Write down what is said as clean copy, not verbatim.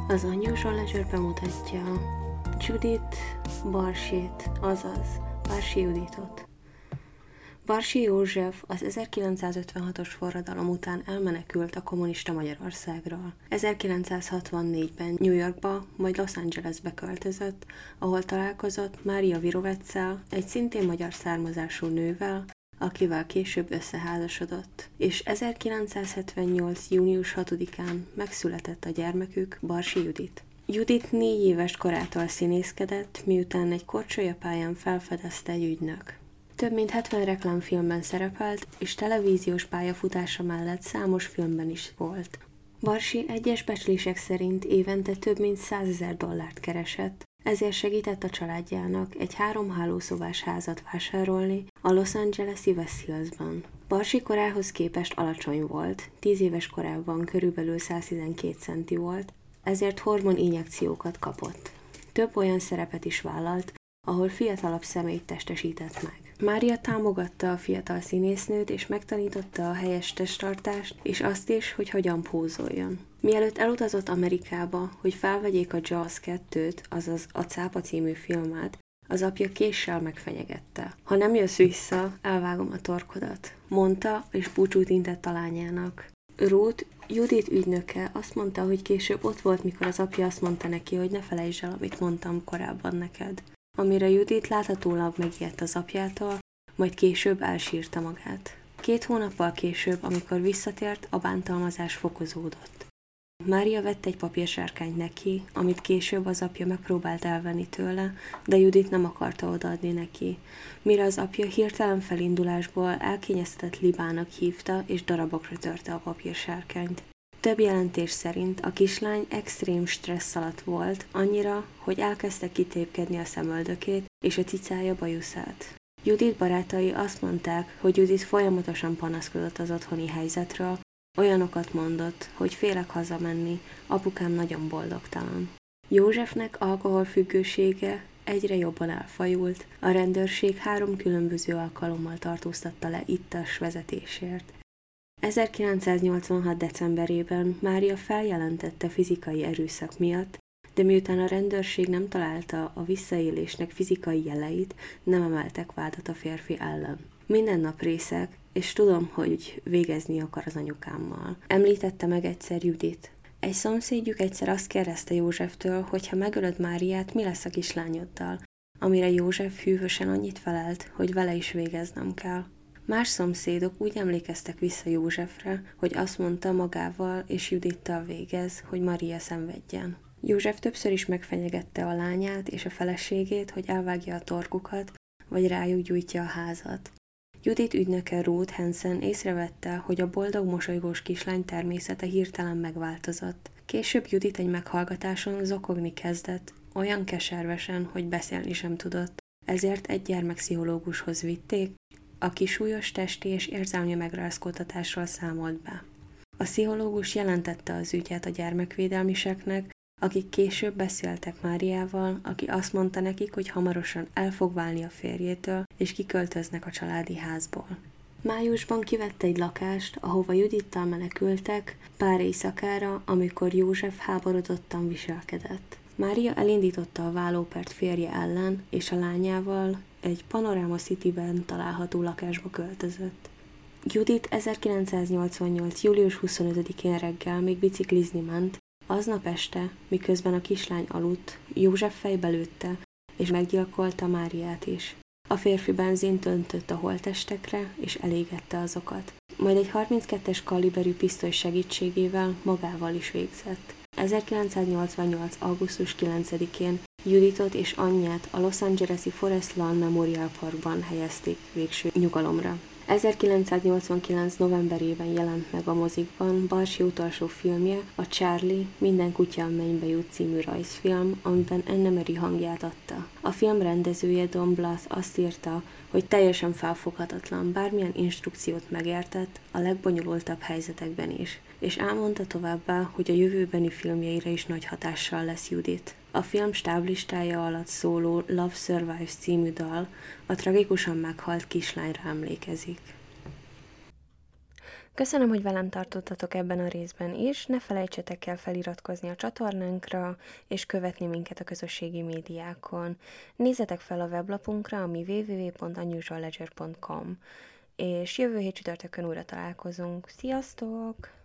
Az Unusual Ledger bemutatja Judith Barshit, azaz Barshi Juditot. Barshi József az 1956-os forradalom után elmenekült a kommunista Magyarországról. 1964-ben New Yorkba, majd Los Angelesbe költözött, ahol találkozott Mária Viroveccel, egy szintén magyar származású nővel, akivel később összeházasodott, és 1978. június 6-án megszületett a gyermekük, Barshi Judit. Judit 4 éves korától színészkedett, miután egy korcsolyapályán felfedezte egy ügynök. Több mint 70 reklámfilmben szerepelt, és televíziós pályafutása mellett számos filmben is volt. Barshi egyes becslések szerint évente több mint $100,000 keresett, ezért segített a családjának egy 3 hálószobás házat vásárolni a Los Angeles-i West Hillsban. Barshi korához képest alacsony volt, 10 éves korában körülbelül 112 centi volt, ezért hormoninjekciókat kapott. Több olyan szerepet is vállalt, ahol fiatalabb személyt testesített meg. Mária támogatta a fiatal színésznőt, és megtanította a helyes testtartást, és azt is, hogy hogyan pózoljon. Mielőtt elutazott Amerikába, hogy felvegyék a Jaws 2-t, azaz a Cápa című filmet, az apja késsel megfenyegette. Ha nem jössz vissza, elvágom a torkodat, mondta, és búcsút intett a lányának. Ruth, Judit ügynöke azt mondta, hogy később ott volt, mikor az apja azt mondta neki, hogy ne felejtsd el, amit mondtam korábban neked. Amire Judit láthatólag megijedt az apjától, majd később elsírta magát. 2 hónappal később, amikor visszatért, a bántalmazás fokozódott. Mária vett egy papírsárkányt neki, amit később az apja megpróbált elvenni tőle, de Judit nem akarta odaadni neki. Mire az apja hirtelen felindulásból elkényeztetett libának hívta, és darabokra törte a papírsárkányt. Több jelentés szerint a kislány extrém stressz alatt volt, annyira, hogy elkezdte kitépkedni a szemöldökét és a cicája bajuszát. Judit barátai azt mondták, hogy Judit folyamatosan panaszkodott az otthoni helyzetről, olyanokat mondott, hogy félek hazamenni, apukám nagyon boldogtalan. Józsefnek alkoholfüggősége egyre jobban elfajult, a rendőrség 3 különböző alkalommal tartóztatta le ittas vezetésért. 1986. decemberében Mária feljelentette fizikai erőszak miatt, de miután a rendőrség nem találta a visszaélésnek fizikai jeleit, nem emeltek vádat a férfi ellen. Minden nap részeg, és tudom, hogy végezni akar az anyukámmal. Említette meg egyszer Judit. Egy szomszédjuk egyszer azt kérdezte Józseftől, hogy ha megölöd Máriát, mi lesz a kislányoddal, amire József hűvösen annyit felelt, hogy vele is végeznem kell. Más szomszédok úgy emlékeztek vissza Józsefre, hogy azt mondta magával és Judittal végez, hogy Maria szenvedjen. József többször is megfenyegette a lányát és a feleségét, hogy elvágja a torkukat, vagy rájuk gyújtja a házat. Judit ügynöke Ruth Hansen észrevette, hogy a boldog mosolygós kislány természete hirtelen megváltozott. Később Judit egy meghallgatáson zokogni kezdett, olyan keservesen, hogy beszélni sem tudott. Ezért egy gyermekpszichológushoz vitték, aki súlyos testi és érzelmi megrázkódtatásról számolt be. A pszichológus jelentette az ügyet a gyermekvédelmiseknek, akik később beszéltek Máriával, aki azt mondta nekik, hogy hamarosan el fog válni a férjétől, és kiköltöznek a családi házból. Májusban kivett egy lakást, ahova Judittal menekültek, pár éjszakára, amikor József háborodottan viselkedett. Mária elindította a vállópert férje ellen, és a lányával egy Panorama Cityben található lakásba költözött. Judit 1988. július 25-én reggel még biciklizni ment, aznap este, miközben a kislány aludt, József fejbe lőtte, és meggyilkolta Máriát is. A férfi benzint öntött a holttestekre, és elégette azokat. Majd egy 32-es kaliberű pisztoly segítségével magával is végzett. 1988. augusztus 9-én Juditot és anyját a Los Angeles-i Forest Lawn Memorial Parkban helyezték végső nyugalomra. 1989. novemberében jelent meg a mozikban Barshi utolsó filmje, a Charlie, Minden kutya a mennybe jut című rajzfilm, amiben Anne Mary hangját adta. A film rendezője Don Bluth azt írta, hogy teljesen felfoghatatlan, bármilyen instrukciót megértett, a legbonyolultabb helyzetekben is, és elmondta továbbá, hogy a jövőbeni filmjeire is nagy hatással lesz Judit. A film stáblistája alatt szóló Love Survives című dal a tragikusan meghalt kislányra emlékezik. Köszönöm, hogy velem tartottatok ebben a részben is, ne felejtsetek el feliratkozni a csatornánkra, és követni minket a közösségi médiákon. Nézzetek fel a weblapunkra, ami www.unusualledger.com, és jövő hét csütörtökön újra találkozunk. Sziasztok!